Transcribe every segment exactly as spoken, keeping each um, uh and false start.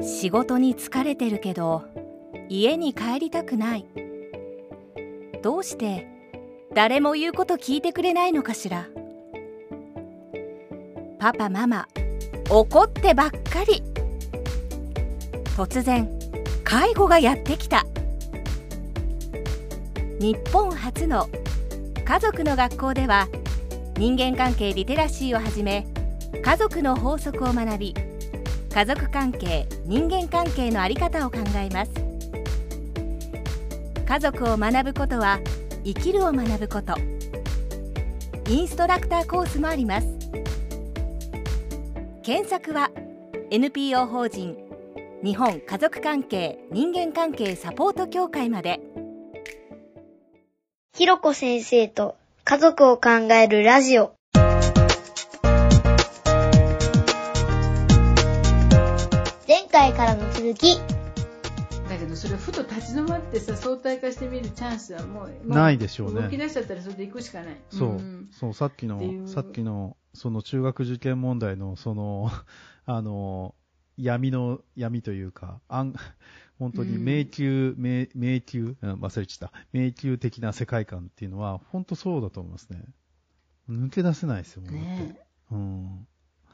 仕事に疲れてるけど家に帰りたくない。どうして誰も言うこと聞いてくれないのかしら。パパママ怒ってばっかり。突然介護がやってきた。日本初の家族の学校では、人間関係リテラシーをはじめ家族の法則を学び、家族関係、人間関係の在り方を考えます。家族を学ぶことは生きるを学ぶこと。インストラクターコースもあります。検索は エヌピーオー 法人日本家族関係人間関係サポート協会まで。 ひろこ先生と家族を考えるラジオ。前回からの続き。 だけどそれふと立ち止まってさ、相対化してみるチャンスはもう、もうないでしょうね。 動き出しちゃったらそれで行くしかない。 そう、 うん、 そう、さっきのさっきのその中学受験問題のそのあの闇の闇というか、あん本当に迷宮、うん、迷, 迷宮、うん、忘れちゃった迷宮的な世界観っていうのは本当そうだと思いますね。抜け出せないですよね。うん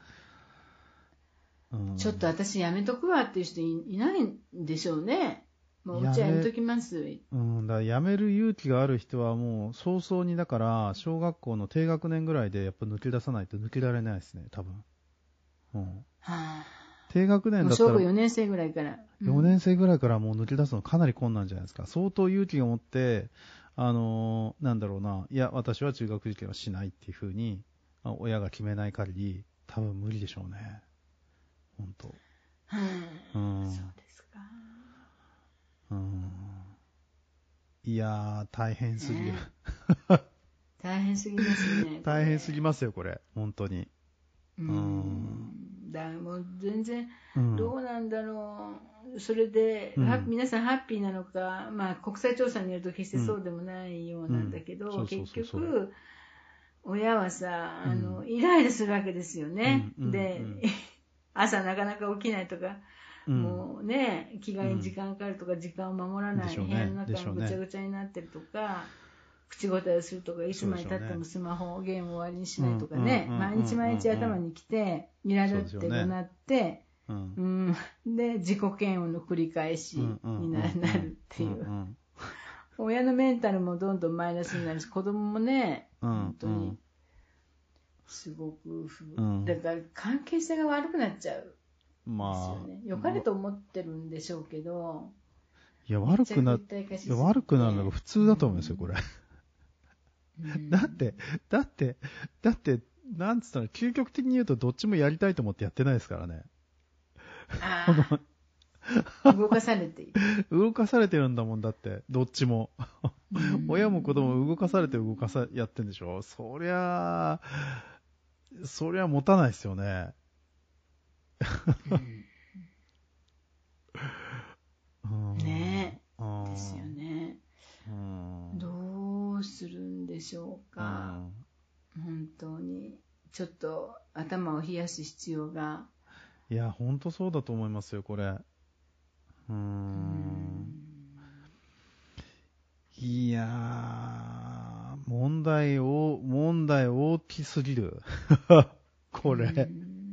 うん、 ちょっと私やめとくわっていう人 い, いないんでしょうね。もううちはやめときます。 うん、だからやめる勇気がある人はもう早々に、だから小学校の低学年ぐらいでやっぱ抜け出さないと抜けられないですね、多分。うん、はあ、低学年だったら小学よねん生ぐらいから、 うん、よねん生ぐらいからもう抜け出すのかなり困難じゃないですか。相当勇気が持って、あのー、なんだろうな、いや私は中学受験はしないっていう風に親が決めない限り多分無理でしょうね。本当。 はあ、うん、そうですか。 うん、いやー大変すぎる、 ね、大変すぎますね。 大変すぎますよこれ本当に。 うん、うん、だもう全然どうなんだろう、うん、それで、うん、皆さんハッピーなのか、まあ国際調査によると決してそうでもないようなんだけど、結局親はさ、あの、うん、イライラするわけですよね。うん、で、うん、朝なかなか起きないとか。うん、もうね、着替えに時間かかるとか、うん、時間を守らない、ね、部屋の中がぐちゃぐちゃになってるとか、口答えするとか、いつまで経ってもスマホ、ゲーム終わりにしないとかね、うん、毎日毎日頭に来て、イライラって怒鳴って、う、んうん、で、自己嫌悪の繰り返しになるっていう。親のメンタルもどんどんマイナスになるし、子供もね、うん、本当に、すごく、うん、だから関係性が悪くなっちゃう。まあ、良かれと思ってるんでしょうけど、 いや悪くな、いや悪くなるのが普通だと思うんですよ、これ。うん、だって、だって、だって、なんつったら、究極的に言うとどっちもやりたいと思ってやってないですからね。 ああ。動かされている。 動かされてるんだもんだって、どっちも。親も子供も動かされて動かさ、やってんでしょ。そりゃ、そりゃ持たないですよね。 ねえ、ですよね。どうするんでしょうか。本当にちょっと頭を冷やす必要が。 いや本当そうだと思いますよこれ。うーん。いやー問題を問題大きすぎるこれ。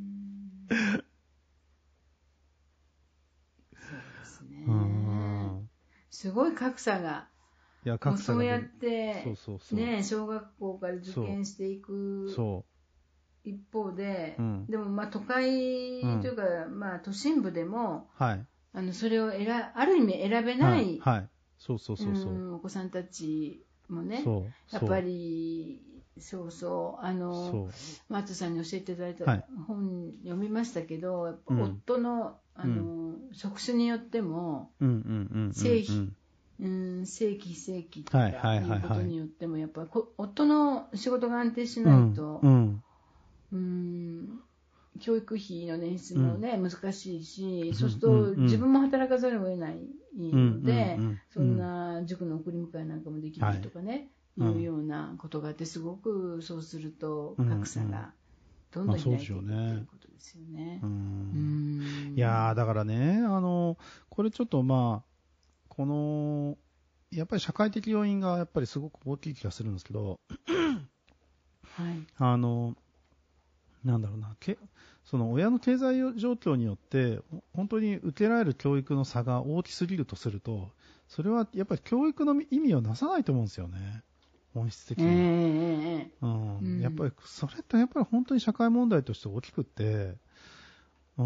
すごい格差が、いや格差がそうやってそうそうそう、ね、小学校から受験していく一方で、うん、でもまあ都会というか、うん、まあ都心部でも、はい、あのそれを選ある意味選べない、はいはい、そうそうそうそう、うん、お子さんたちもね、そうやっぱりそうそうあのマットさんに教えていただいた本読みましたけど、やっぱ夫の、あの、うん、職種によっても、正規、うん、正規非正規とかいうことによっても、やっぱり夫の仕事が安定しないと、うんうん、教育費の捻出もね、うん、難しいし、そうすると自分も働かざるを得ないので、うんうん、そんな塾の送り迎えなんかもできないとかね、はい、いうようなことがあって、すごくそうすると格差がどんどん開いていくということですよね。 うん、 うんいやーだからね、あのこれちょっとまあこのやっぱり社会的要因がやっぱりすごく大きい気がするんですけど、 はい、 あのなんだろうな、けその親の経済状況によって本当に受けられる教育の差が大きすぎるとすると、それはやっぱり教育の意味をなさないと思うんですよね、本質的には。 えーうんうん、 やっぱりそれってやっぱり本当に社会問題として大きくって、うん、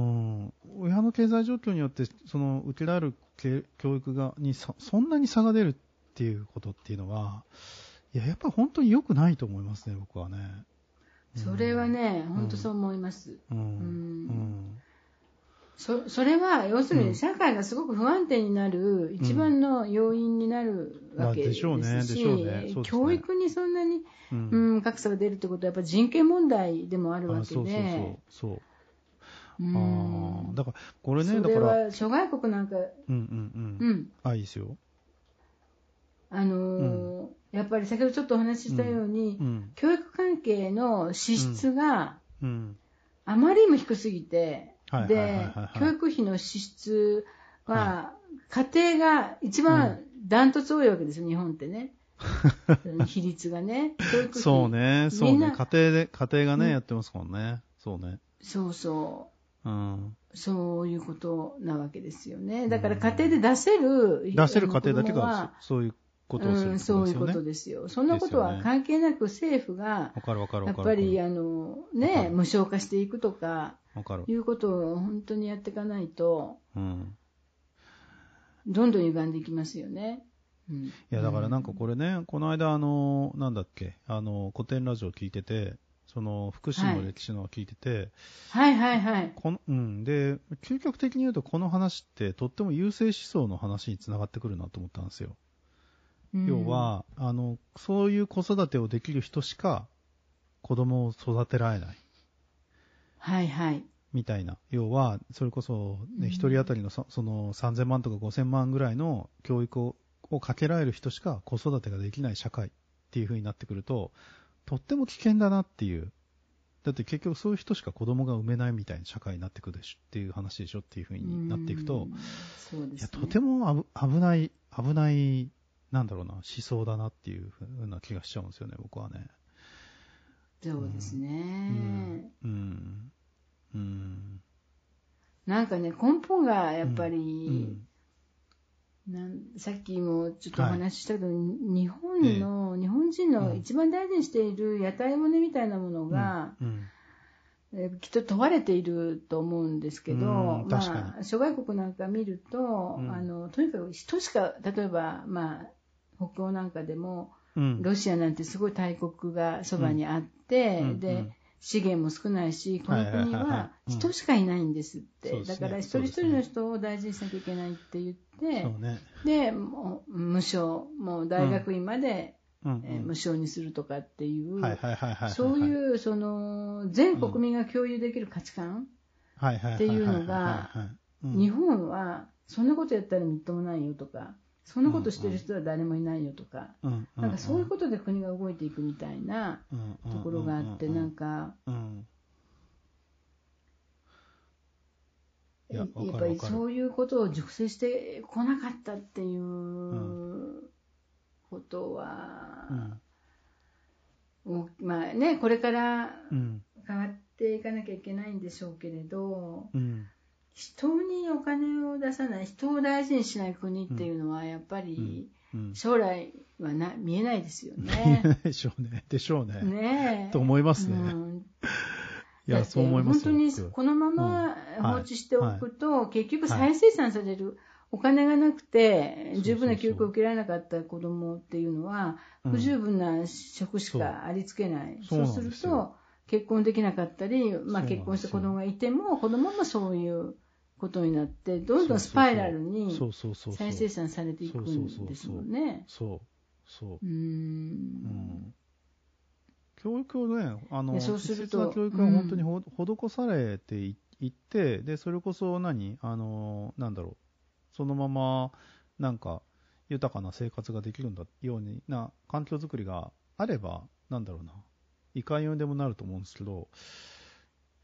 親の経済状況によってその受けられる教育がに そ, そんなに差が出るっていうことっていうのは、いややっぱり本当に良くないと思いますね、僕はね。 それはね、本、う、当、ん、そう思います。 うんうんうんそ, それは要するに社会がすごく不安定になる一番の要因になるわけですし、 うんまあでしょうねでしょうね、 教育にそんなに、うんうん、格差が出るってことはやっぱり人権問題でもあるわけで、 そうそうそうそううん、 あだからこれね、 それは諸外国なんか、 うんうんうん、うん、あいいですよ。 あのーうん、やっぱり先ほどちょっとお話ししたように、うん、教育関係の支出があまりにも低すぎて、で、教育費の支出は家庭が一番ダントツ多いわけですよ、日本ってね。比率がね。教育費そうね、そうね。家庭で、家庭がね、うん、やってますもんね。そうね。 そうそう。 うん、 そういうことなわけですよね。だから家庭で出せる、 出せる家庭だけがそういうことをするってことですよね。 うん、そういうことですよ。そんなことは関係なく政府が、やっぱりあのね、無償化していくとか、いうことを本当にやっていかないと、うん、どんどん歪んでいきますよね。うん、 いやだからなんかこれね、この間あのなんだっけ、あの古典ラジオ聞いてて。その福祉の歴史のを聞いてて、 はい、はいはいはいこの、うん、で究極的に言うとこの話ってとっても優生思想の話につながってくるなと思ったんですよ、うん、要はあのそういう子育てをできる人しか子供を育てられない、 はいはいみたいな、要はそれこそ、ね、一、うん、人当たりの そ, そのさんぜんまんとかごせんまんぐらいの教育ををかけられる人しか子育てができない社会っていう風になってくるととっても危険だなっていう。だって結局そういう人しか子供が産めないみたいな社会になってくるでしょっていう話でしょっていう風になっていくと、 そうですね、 いやとても危ない危ないなんだろうな思想だなっていう風な気がしちゃうんですよね、僕はね。 そうですね。 うん。うんうん、 なんかね根本がやっぱり。うんうんなんさっきもちょっとお話ししたけど、はい、日本の、ええ、日本人の一番大事にしている屋台骨みたいなものが、うんうんえきっと問われていると思うんですけど、まあ、諸外国なんか見ると、うん、あのとにかく人しか例えば、まあ、北欧なんかでも、うん、ロシアなんてすごい大国がそばにあって、うん、で、うん資源も少ないし、この国は人しかいないんですって。はいはいはいはいうん、だから一人一人の人を大事にしなきゃいけないって言って、そうね、で、もう無償、もう大学院まで、うんえー、無償にするとかっていう、そういう、その、全国民が共有できる価値観っていうのが、日本はそんなことやったらみっともないよとか、そんなことしてる人は誰もいないよとか、うんうん、なんかそういうことで国が動いていくみたいなところがあって、なんか、やっぱりそういうことを熟成してこなかったっていうことは、うん、まあね、これから変わっていかなきゃいけないんでしょうけれど、うん人にお金を出さない、人を大事にしない国っていうのはやっぱり将来はな見えないですよね。 見えないでしょうね。でしょうね。 ねえ。 と思いますね。うん、いや、そう思います。 本当にこのまま放置しておくと、うんはい、結局再生産される、はい、お金がなくて十分な教育を受けられなかった子供っていうのは不十分な職しかありつけない。そう、そうすると結婚できなかったり、まあ、結婚した子供がいても子供もそういうことになってどんどんスパイラルに再生産されていくんですもんね。 そうそう。うーん。教育をね、あのそうすると教育が本当にほ、うん、施されていって、でそれこそ何あのなんだろうそのままなんか豊かな生活ができるんだようにな環境づくりがあればなんだろうないかようにでもなると思うんですけど。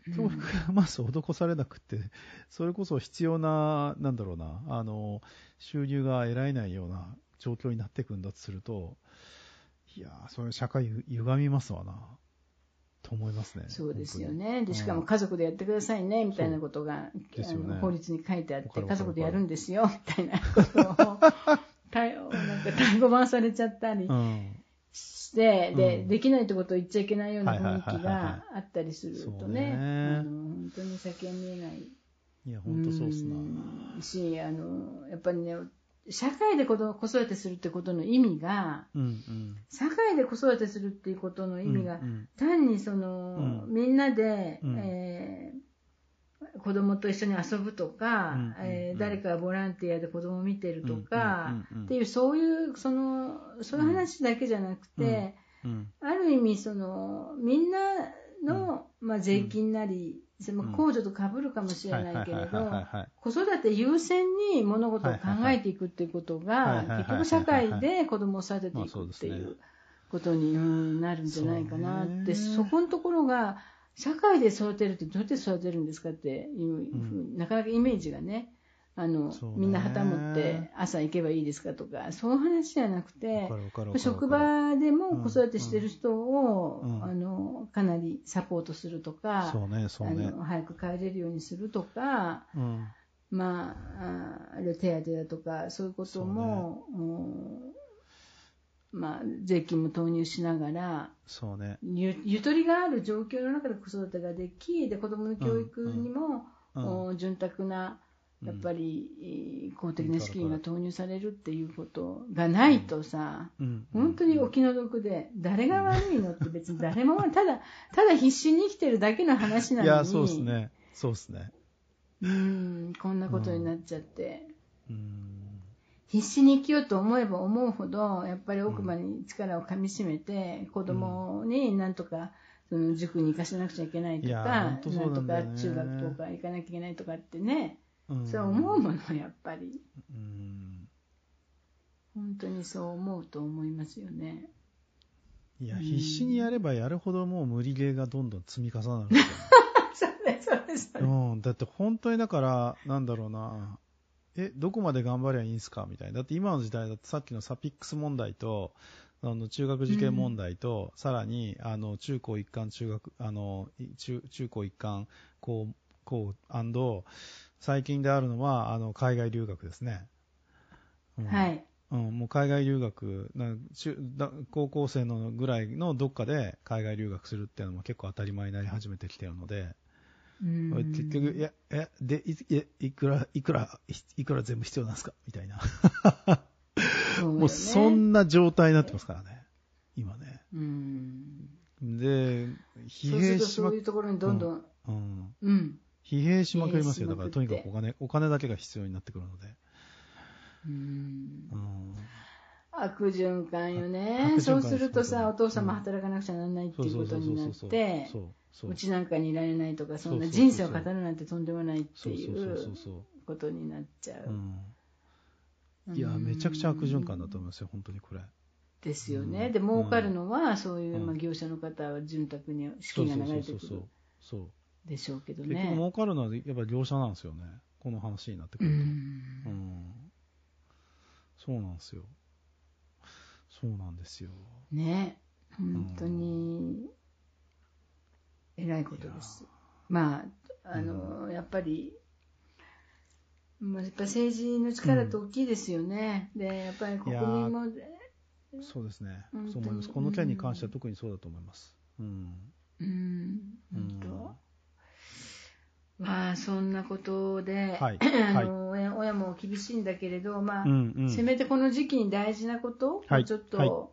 教育がまず施されなくて、それこそ必要な、なんだろうな、あの、収入が得られないような状況になっていくんだとすると、いやー、それ社会歪みますわな、と思いますね。 そうですよね。で、しかも家族でやってくださいね、みたいなことが、あの法律に書いてあって、家族でやるんですよ、みたいなことを、なんか対語版されちゃったりして、で、できないってことを言っちゃいけないような雰囲気があったりするとね、あの本当に先が見えない。 いや、本当そうっすな。 し、あの、やっぱりね、社会で子育てするってことの意味が、うんうん、社会で子育てするっていうことの意味が、うんうん、単にその、うん、みんなで、うんえー、子供と一緒に遊ぶとか、うんうんうんえー、誰かがボランティアで子供を見てるとか、うんうんうん、っていうそういうそのそういう話だけじゃなくて、うんうん、ある意味そのみんなの、まあ、税金なり、うん、控除と被るかもしれないけれど、子育て優先に物事を考えていくっていうことが、結局社会で子供を育てていくっていうことになるんじゃないかなって、そこのところが、社会で育てるってどうやって育てるんですかっていう、うん、なかなかイメージがね、あの、みんな旗持って朝行けばいいですかとか、そういう話じゃなくて、職場でも子育てしてる人を、うんうん、あの、かなりサポートするとか、そうねそうね、あの早く帰れるようにするとか、うん、まあ、あれ手当だとか、そういうことも、まあ、税金も投入しながら、そうね、ゆ, ゆとりがある状況の中で子育てができ、で子どもの教育にも、うんうん、潤沢な、やっぱり、公的な資金が投入されるっていうことがないとさ、うん、本当にお気の毒で、誰が悪いのって別に誰も、ただ、ただ必死に生きてるだけの話なのに。いや、 そうですね。そうですね。 うん、こんなことになっちゃって。うん、必死に生きようと思えば思うほど、やっぱり奥歯に力をかみしめて、子供になんとか、その塾に行かせなくちゃいけないとか、なんとか中学とか行かなきゃいけないとかってね、うん、そう思うもの、やっぱり、うん。本当にそう思うと思いますよね。 いや、うん、必死にやればやるほどもう無理ゲーがどんどん積み重なるんですよ、ね。 そうです、そうです。 うん、だって本当にだから、なんだろうな、え、どこまで頑張りゃいいんですかみたいな。だって今の時代だってさっきのサピックス問題と、あの中学受験問題と、うん、さらにあの中高一貫中学あの中中高一貫こうこうアンド最近であるのはあの海外留学ですね。うん、はい。うん、もう海外留学な中だ高校生のぐらいのどっかで海外留学するっていうのも結構当たり前になり始めてきているので、うん、結局いやえで い, い, いくらいくらいくら全部必要なんですかみたいな。そうね、もうそんな状態になってますからね、今ね。うん、で、疲弊しまくそういうところにどんどん、うんうん、疲弊しまくりますよ。だからとにかくお金、お金だけが必要になってくるので。うん、 うん、悪循環よね。そうするとさ、お父さんも働かなくちゃならないっていうことになって、うちなんかにいられないとか、そんな人生を語るなんてとんでもないっていうことになっちゃう。 いや、めちゃくちゃ悪循環だと思いますよ、本当にこれ。 ですよね。うん、で、儲かるのは、そういう、うん、まあ、業者の方は潤沢に資金が流れてくるでしょうけどね。 結局儲かるのはやっぱり業者なんですよね。この話になってくると。うん、うん、そうなんですよ。そうなんですよ。 ね。本当に、偉いことです。まあ、あの、うん、やっぱり、やっぱ政治の力って大きいですよね。うん、で、やっぱり国民も、 そうですね。そう思います。この件に関しては特にそうだと思います。うん。うん。 本当。まあ、そんなことで、はい、あの、はい、親も厳しいんだけれど、まあ、うんうん、せめてこの時期に大事なことをちょっと、はいはい、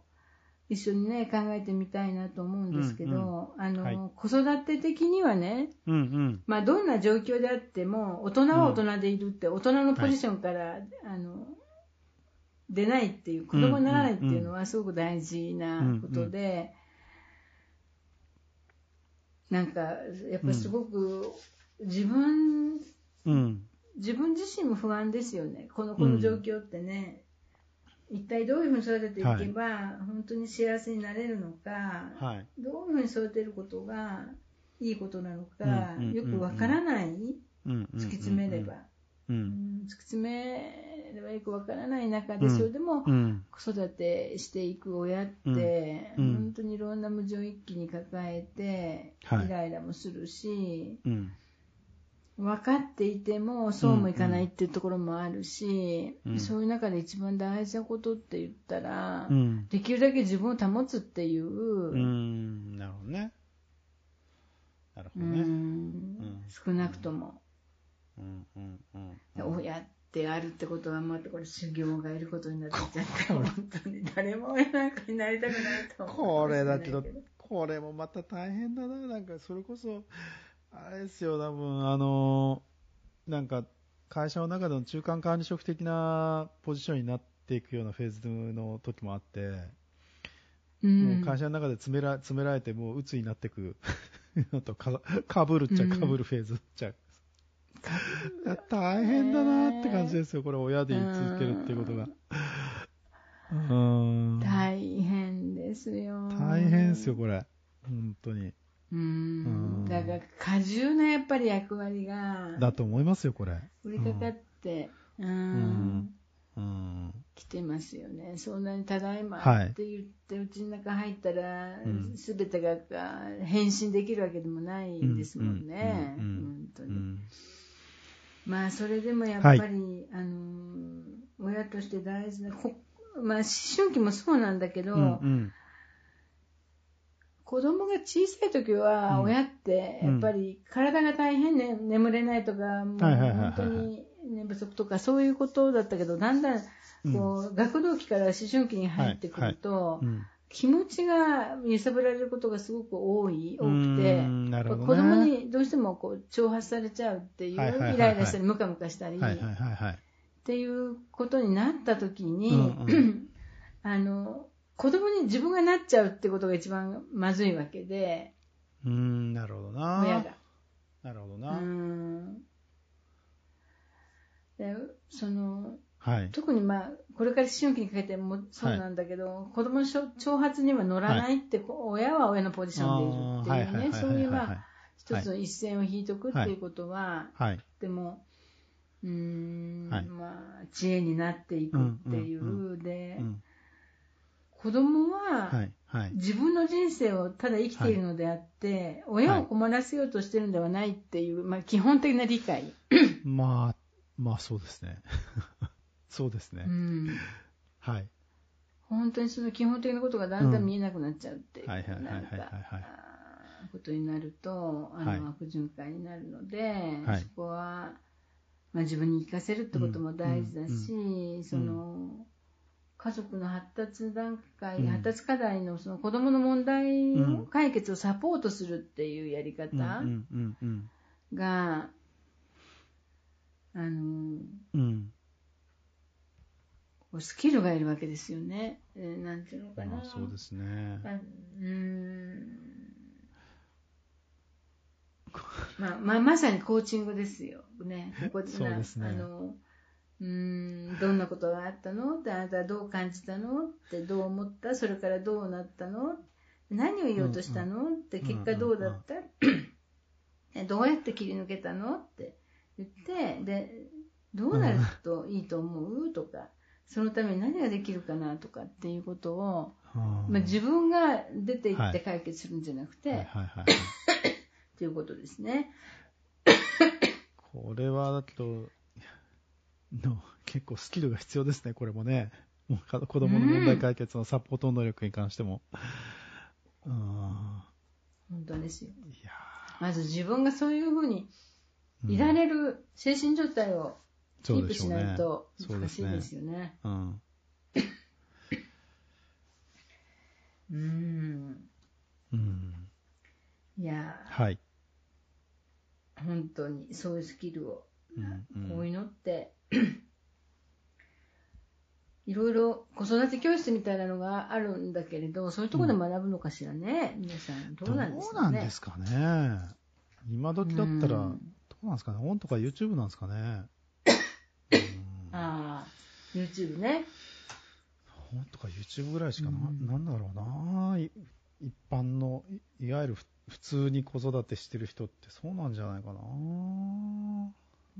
一緒にね、考えてみたいなと思うんですけど、うんうん、あの、はい、子育て的にはね、うんうん、まあ、どんな状況であっても、大人は大人でいるって、うん、大人のポジションから、はい、あの、出ないっていう、子供にならないっていうのはすごく大事なことで、うんうん、なんか、やっぱりすごく、自分、うん、自分自身も不安ですよね。この、この状況ってね。一体どういうふうに育てていけば、はい、本当に幸せになれるのか、はい、どういうふうに育てることがいいことなのか、うん、よくわからない、うん、突き詰めれば、うんうん、突き詰めればよくわからない中で、それでも子育てしていく親って、うん、本当にいろんな矛盾を一気に抱えて、はい、イライラもするし、うん、分かっていてもそうもいかないっていうところもあるし、うんうん、そういう中で一番大事なことって言ったら、うん、できるだけ自分を保つっていう、うん、 なるほどね。なるほどね。うん、 少なくとも、うんうんうんうん、親ってあるってことはまたこれ修行がいることになってきちゃって本当に誰も親なんかになりたくないと思う。 これだけどこれもまた大変だな。なんかそれこそあれですよ、多分あのなんか会社の中での中間管理職的なポジションになっていくようなフェーズの時もあって、うん、もう会社の中で詰めら、詰められてもう鬱になっていくのとか、かぶるっちゃかぶるフェーズっちゃ、うん、大変だなって感じですよ、これ親で言い続けるっていうことが。 うん、大変ですよ。 大変ですよこれ本当に。 うん、だから過重なやっぱり役割がだと思いますよこれ。 降りかかって、うんうんうん、来てますよね。そんなにただいまって言ってうちの中入ったら、すべ、うん、てが返信できるわけでもないですもんね。うんうんうん、本当に、うん。まあそれでもやっぱり、はい、あの親として大事な、まあ思春期もそうなんだけど。うんうん子供が小さい時は親ってやっぱり体が大変ね、眠れないとか、もう本当に寝不足とかそういうことだったけど、だんだんこう学童期から思春期に入ってくると、気持ちが揺さぶられることがすごく多い、多くて、子供にどうしてもこう挑発されちゃうっていう、イライラしたりムカムカしたりっていうことになった時に、あの子供に自分がなっちゃうってことが一番まずいわけで。 うーん、なるほどな。 親が。 なるほどな。うーん。で、その、はい、特にまあ、これから思春期にかけてもそうなんだけど、はい、子供の挑発には乗らないって、はい、親は親のポジションでいるっていうね、そういうまあ、一つの一線を引いとくっていうことは、はい、でも、うーん、はい、まあ、知恵になっていくっていう、うんうんうん、で、うん子供は自分の人生をただ生きているのであって、はい、親を困らせようとしているのではないっていう、まあ、基本的な理解。 まあ、まあそうですね。そうですね。うん、はい。 本当にその基本的なことがだんだん見えなくなっちゃうっていう、なんか、ことになると、あの、はい、悪循環になるので、はい、そこは、まあ、自分に生かせるってことも大事だし、うんうん、その、うん家族の発達段階、うん、発達課題のその子供の問題の解決をサポートするっていうやり方が、あの、うん、スキルがいるわけですよね。えー、なんていうのかな。 まあ、そうですね。あうーんまあまあ、まさにコーチングですよ。ね、ここでそうですね。あのうーんどんなことがあったのって、あなたはどう感じたのって、どう思った、それからどうなったの、何を言おうとしたの、うんうん、って結果どうだった、うんうん、どうやって切り抜けたのって言って、でどうなるといいと思うとか、そのために何ができるかなとかっていうことを、まあ、自分が出て行って解決するんじゃなくてということですね。 これはだとの結構スキルが必要ですね。これもね、もう子供の問題解決のサポート能力に関しても、 うん、本当ですよ。いやまず自分がそういうふうにいられる精神状態をキープしないと難しいですよね。うん。うん。うん。いやはい。本当にそういうスキルを、うんうん、こういうのっていろいろ子育て教室みたいなのがあるんだけれど、そういうところで学ぶのかしらね、うん、皆さんどうなんですかね。 どうなんですかね。今時だったら、うん、どうなんですかね。本とか YouTube なんですかね。 うん、ああ、YouTube ね。 本とか YouTube ぐらいしかな、うん、なんだろうな。一般のいわゆる普通に子育てしてる人ってそうなんじゃないかな。うんうん、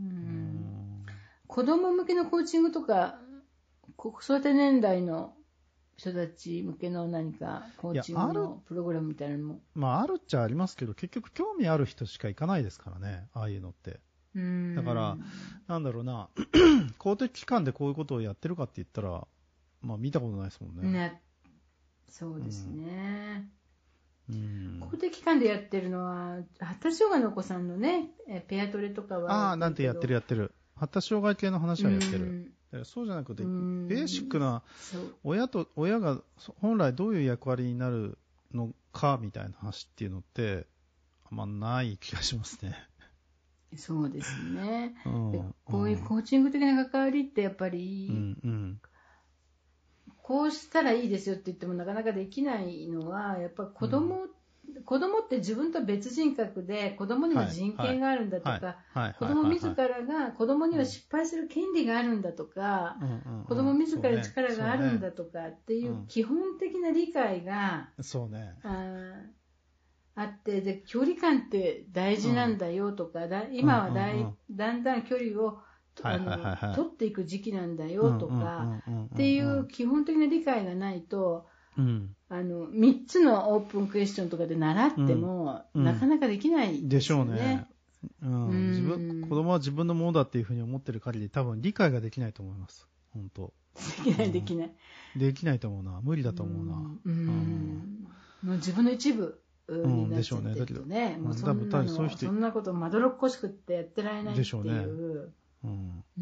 子供向けのコーチングとか、子育て年代の人たち向けの何かコーチングのプログラムみたいなのも。 まあ、あるっちゃありますけど、結局興味ある人しか行かないですからね、ああいうのって。 うん、 だから、なんだろうな、公的機関でこういうことをやってるかって言ったら、まあ見たことないですもんね。 ね、そうですね。 うん、 公的機関でやってるのは、発達障害のお子さんのね、ペアトレとかは。 ああ、なんてやってるやってる。発達障害系の話はやってる。うん、そうじゃなくて、ベーシックな親と、親が本来どういう役割になるのかみたいな話っていうのって、あんまない気がしますね。 そうですね。 うん、 でこういうコーチング的な関わりってやっぱり、うんうん、こうしたらいいですよって言ってもなかなかできないのは、やっぱり子供、うん、子供って自分と別人格で子供にも人権があるんだとか、子供自らが子供には失敗する権利があるんだとか、うん、子供自ら力があるんだとかっていう基本的な理解が、 そうね。 ああって、で距離感って大事なんだよとか、うん、だ今はだい、うんうんうん、だんだん距離を、はいはいはいはい、取っていく時期なんだよとかっていう基本的な理解がないと、うん、あのみっつのオープンクエスチョンとかで習っても、うん、なかなかできないですよね。 でしょうね。うん、自分子供は自分のものだっていうふうに思ってる限り多分理解ができないと思います。本当。 できないできない、 うん。できないと思うな。無理だと思うな。 うんうん、もう自分の一部。うん、でしょうね。だけどね、もうそんなの、そういう人そんなことまどろっこしくってやってられないっていう。でしょうね。うん。うん、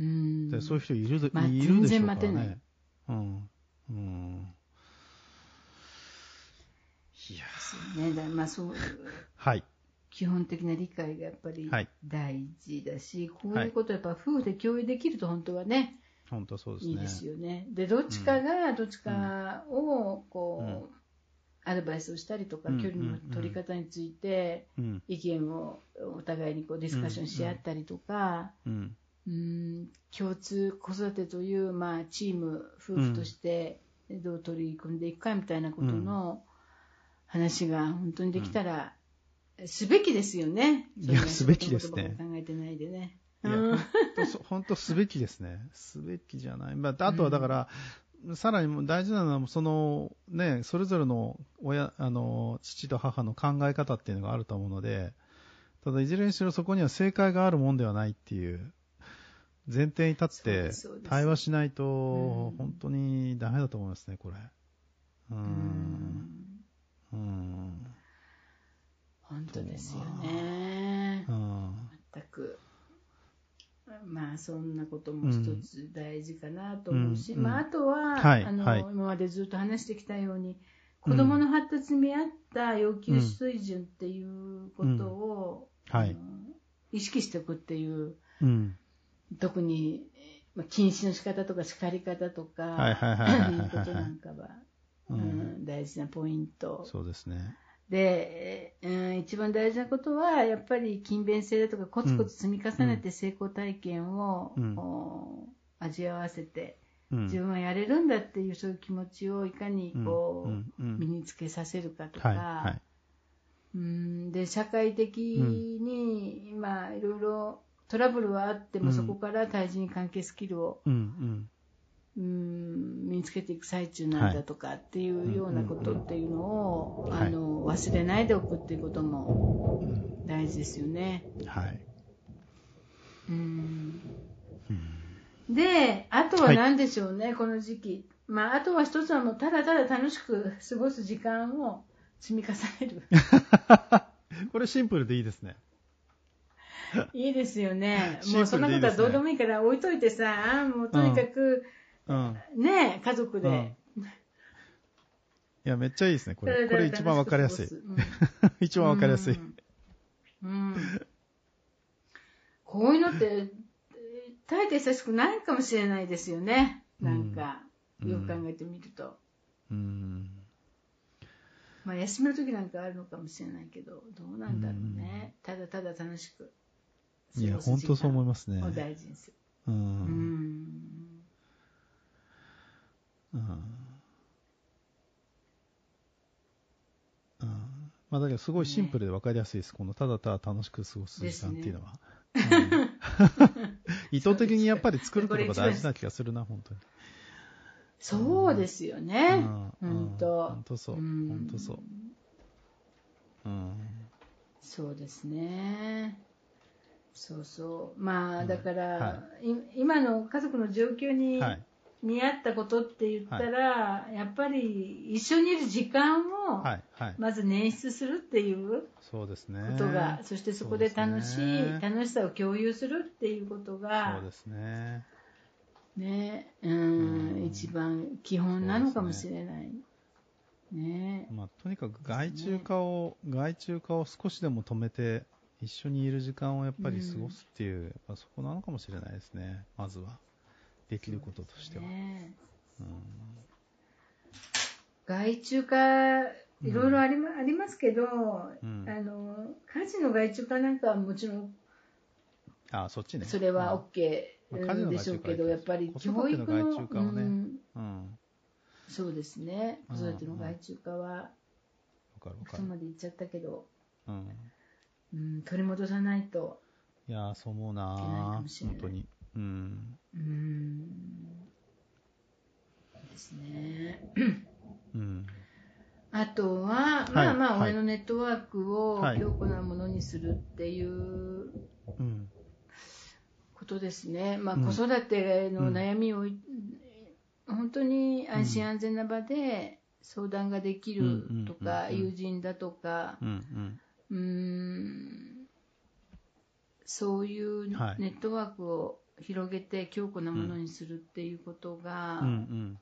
でそういう人いるで、 まあ、 いるでしょうからね。 全然待てない。 うん。うん。いやー。ね、だまあそう。 はい。 基本的な理解がやっぱり大事だし、はい、こういうことをやっぱ夫婦で共有できると本当はね。 本当そうですね。 いいですよね。で、どっちかがどっちかをこう。うんアドバイスをしたりとか、距離の取り方について意見をお互いにこうディスカッションし合ったりとか、うんうん、共通子育てという、まあ、チーム夫婦としてどう取り組んでいくかみたいなことの話が本当にできたら、すべきですよね。 いや、すべきですね。 考えてないでね。 いや、本当すべきですね。すべきじゃない。まあ、あとはだから、うん、さらに大事なのは、そのね、それぞれの親、あの、父と母の考え方っていうのがあると思うので、ただいずれにしろそこには正解があるもんではないっていう前提に立って対話しないと本当にダメだと思いますね、これ。うーん。うーん。 本当ですよね。うん。全く。まあそんなことも一つ大事かなと思うし、うんまあ、あとは、はいあのはい、今までずっと話してきたように子どもの発達に合った要求水準っていうことを、うんはい、意識していくっていう、うん、特に、まあ、禁止の仕方とか叱り方とかいうことなんかは、うん、大事なポイント。 そうですね。 で、うん、一番大事なことはやっぱり勤勉性だとかコツコツ積み重ねて成功体験を、うん、味わわせて、うん、自分はやれるんだっていうそういう気持ちをいかにこう、うんうん、身につけさせるかとか、はいはい、うんで社会的に、うん、まあいろいろトラブルはあっても、うん、そこから対人関係スキルを、うんうんうーん身につけていく最中なんだとかっていうようなことっていうのを、はい、あの忘れないでおくっていうことも大事ですよね。はい。うーんで、あとは何でしょうね、はい、この時期。まあ、あとは一つはもうただただ楽しく過ごす時間を積み重ねる。 これシンプルでいいですね。 いいですよね。もうそんなことはどうでもいいから置いといてさ、もうとにかく、うん、ねえ、家族で、うん。いや、めっちゃいいですね、これ。これ一番わかりやすい。うん、一番わかりやすい、うんうん。 こういうのって、大抵久しくないかもしれないですよね。なんか、うん、よく考えてみると。うんまあ、休める時なんかあるのかもしれないけど、どうなんだろうね。ただただ楽しく。 いや、本当そう思いますね。 を大事にする。 うん。 うんうんうんままあ、だけどすごいシンプルで分かりやすいです。このただただ楽しく過ごす時間っていうのは。 ですね。 うん、意図的にやっぱり作ることが大事な気がするな、本当に。 そうですよね。本当。 本当そう。本当そう。うん。 そうですね。そうそう。まあ、だから、 はい、 今の家族の状況に見合ったことって言ったら、はい、やっぱり一緒にいる時間をまず捻出するっていうことが、 そうですね、 そしてそこで楽しい、ね、楽しさを共有するっていうことが、 そうですね。 ね、うん、うん、一番基本なのかもしれない。ね。 まあ、とにかく害虫化を、ね、害虫化を少しでも止めて、一緒にいる時間をやっぱり過ごすっていう、うん、やっぱそこなのかもしれないですね。まずはできることとしては。ね、うん、 害虫化いろいろありま、うん、ありますけど、うん、あの火事の害虫化なんかはもちろん、 あ、そっちね。 それは OK でしょうけど、やっぱり教育の害虫化はね、うんうん、そうですね。子育ての害虫化は、そこまで言っちゃったけど。うんうん、取り戻さないといやーそう思うなー本当にうんうんですねうんあとは、はい、まあまあ親のネットワークを強固なものにするっていうことですね、はい、まあ、子育ての悩みを、うん、本当に安心安全な場で相談ができるとか、友人だとか、うんうんうーんそういうネットワークを広げて強固なものにするっていうことが、うんうん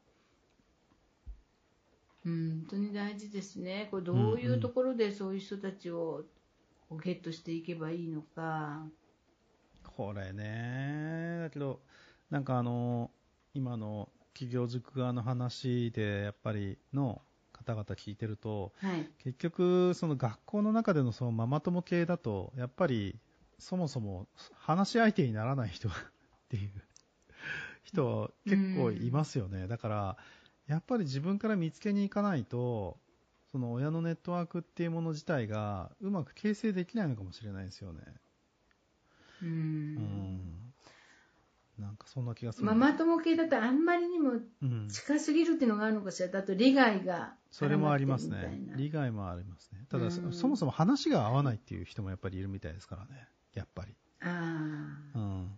うん、本当に大事ですね。これどういうところでそういう人たちをゲットしていけばいいのか。 これね、だけどなんかあの今の企業塾側の話でやっぱりの方々聞いてると、はい、結局その学校の中でのそのママ友系だとやっぱりそもそも話し相手にならない人っていう人結構いますよね。だからやっぱり自分から見つけに行かないとその親のネットワークっていうもの自体がうまく形成できないのかもしれないですよね。うんうんなんかそんな気がする。 ママ友系だとあんまりにも近すぎるっていうのがあるのかしら。だと利害がそれもありますね。利害もありますね。ただそもそも話が合わないっていう人もやっぱりいるみたいですからね。やっぱり。ああ。うん。うん。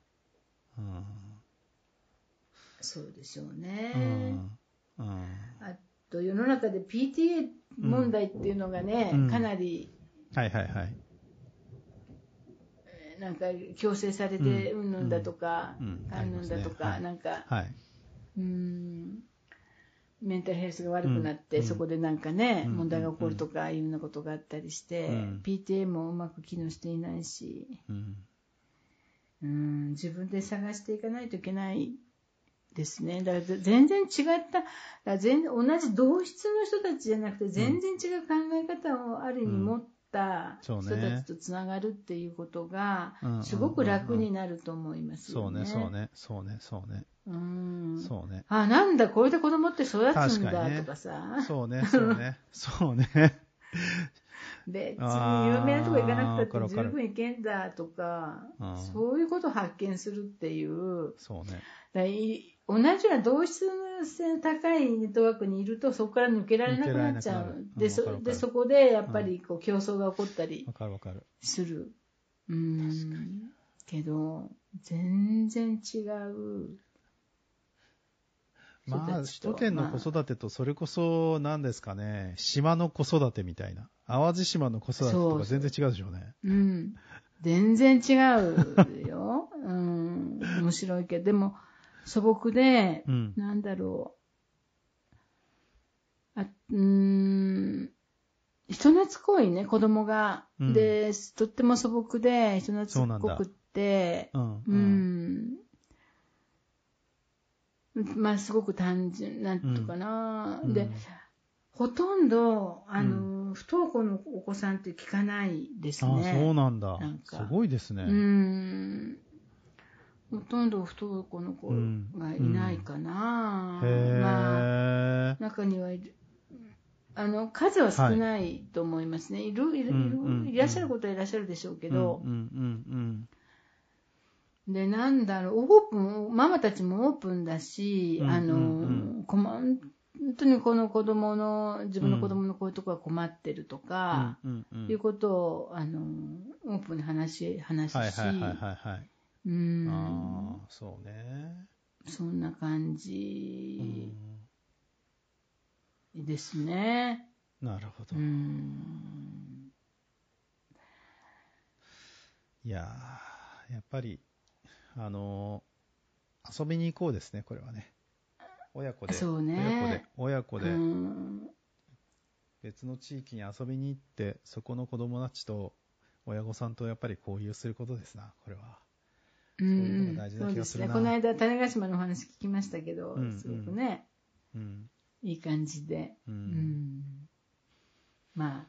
そうでしょうね。うん。うん、あと世の中で ピーティーエー 問題っていうのがね、うん、かなり。 はいはいはい。 なんか強制されてうんぬんだとか、あんぬんだとか、なんか、はい、うーんメンタルヘルスが悪くなって、うん、そこでなんかね、うん、問題が起こるとかいうようなことがあったりして、うん、ピーティーエー もうまく機能していないし、うん、うーん自分で探していかないといけないですね。だから全然違った、だから全同じ同質の人たちじゃなくて全然違う考え方をある意味持って、人たちとつながるっていうことがすごく楽になると思いますよね。 そうね、そうね、そうね、そうね。うん。そうね。 あ、なんだ、これで子供って育つんだとかさ。 そうね、そうね、そうね。 別に有名なとこ行かなくたって十分行けんだとか、そういうことを発見するっていう。 そうね。 だ同じような同質性の高いネットワークにいるとそこから抜けられなくなっちゃう。で、そ、で、そこでやっぱりこう競争が起こったりする。うん。けど、全然違う。 まあ、首都圏の子育てとそれこそ何ですかね、島の子育てみたいな。淡路島の子育てとか全然違うでしょうね。 そうそう。うん。全然違うよ。うん。面白いけど、でも、素朴で、うん、なんだろう。あ、うーん。人懐っこいね、子供が。うん、で、とっても素朴で、人懐っこくって、う, うん、うん。まあ、すごく単純、なんとかな、うん。で、ほとんど、あの、うん、不登校のお子さんって聞かないですね。 あ、そうなんだ。なんかすごいですね。 うん。ほとんど不登校の子がいないかな、うんうん、まあ中にはいるあの数は少ないと思いますね。はい、いるいる、うんうん、いらっしゃることはいらっしゃるでしょうけど、 うんうんうん、でなんだろう、オープン、ママたちもオープンだし、うんうんうん、あのこま本当にこの子供の自分の子供のこういうところが困ってるとか、うんうんうん、いうことをあのオープンに話話すし、はいはいはいはい、うん、 ああそうね、 そんな感じ。うんですね。 なるほど。 うーん、 いやー、やっぱりあのー、遊びに行こうですね、これはね。親子で、 そうね、 親子で、親子で別の地域に遊びに行って、そこの子供たちと親御さんとやっぱり交流することですな、これは。 そういうのが大事な気がするな。そうですね。この間種子島のお話聞きましたけど、うんうん、すごくね。うんいい感じで、うんうん、まあ、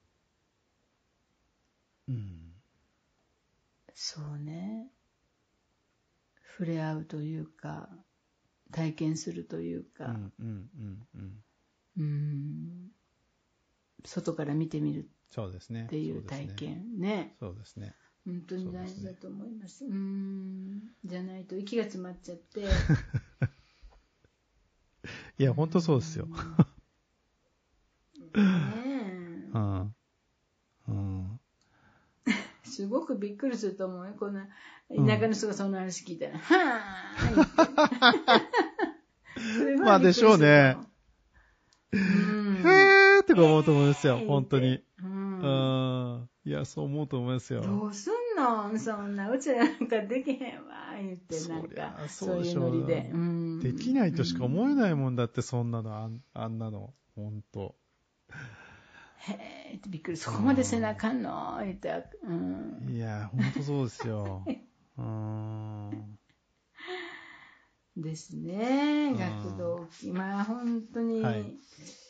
うん、そうね、触れ合うというか体験するというか、うんうんうんうん、うん外から見てみるっていう体験ね、 そうですね、 本当に大事だと思います。うーん、じゃないと息が詰まっちゃっていや本当そうですよねえ、うんうん、すごくびっくりすると思うよ。こんな田舎の人がそんな話聞いたら、うん、はぁまあでしょうね。うん、へーって思うと思いますよ、本当に。うん、いや、そう思うと思いますよ。 どうすんのそんな、うちらなんかできへんわ、言って、なんか、そういうノリで、うん。 できないとしか思えないもんだって、そんなの、あん、あんなの、本当。 へーってびっくり、そこまでせなあかんの言って、うん。 いや、本当そうですよ。うーん。 ですね、学童期。まあ、本当に、はい、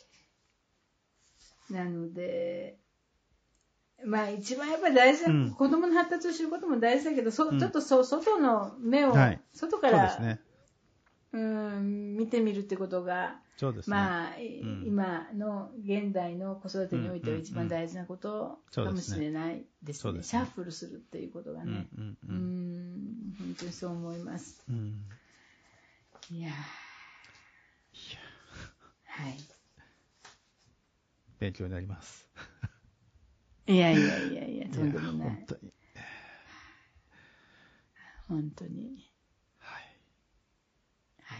なので、まあ一番やっぱり大事な、うん、子供の発達を知ることも大事だけど、そ、うん、ちょっとそ外の目を、はい、外から、そうですね、うん、見てみるってことが、そうですね、まあ、うん、今の現代の子育てにおいては一番大事なことかもしれないですね。うんうんうん、シャッフルするっていうことがね、うんうんうん、うん本当にそう思います。うん、いやー、はい。 勉強になります。 いやいやいやいや、とんでもない。本当に。本当に。はい。はい。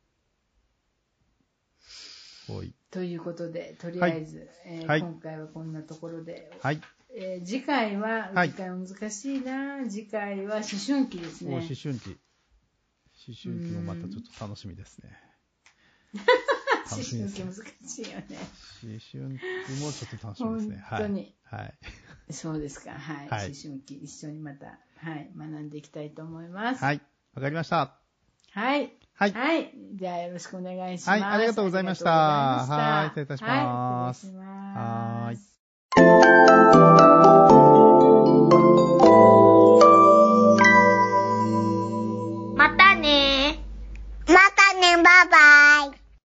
おい。ということで、とりあえず、はいえーはい、今回はこんなところで。はい。えー、次回は、次回は難しいな、はい、次回は思春期ですね。 思春期。思春期もまたちょっと楽しみですね。 思春期難しいよね。 思春期もちょっと楽しみですね。 本当に。 はい。 そうですか。はい。はい、思春期一緒にまた、はい、学んでいきたいと思います。 はい。わかりました。 はい。はい。はい。じゃあよろしくお願いします。はい。 ありがとうございました。はい。失礼いたします。 はい。失礼します。はい。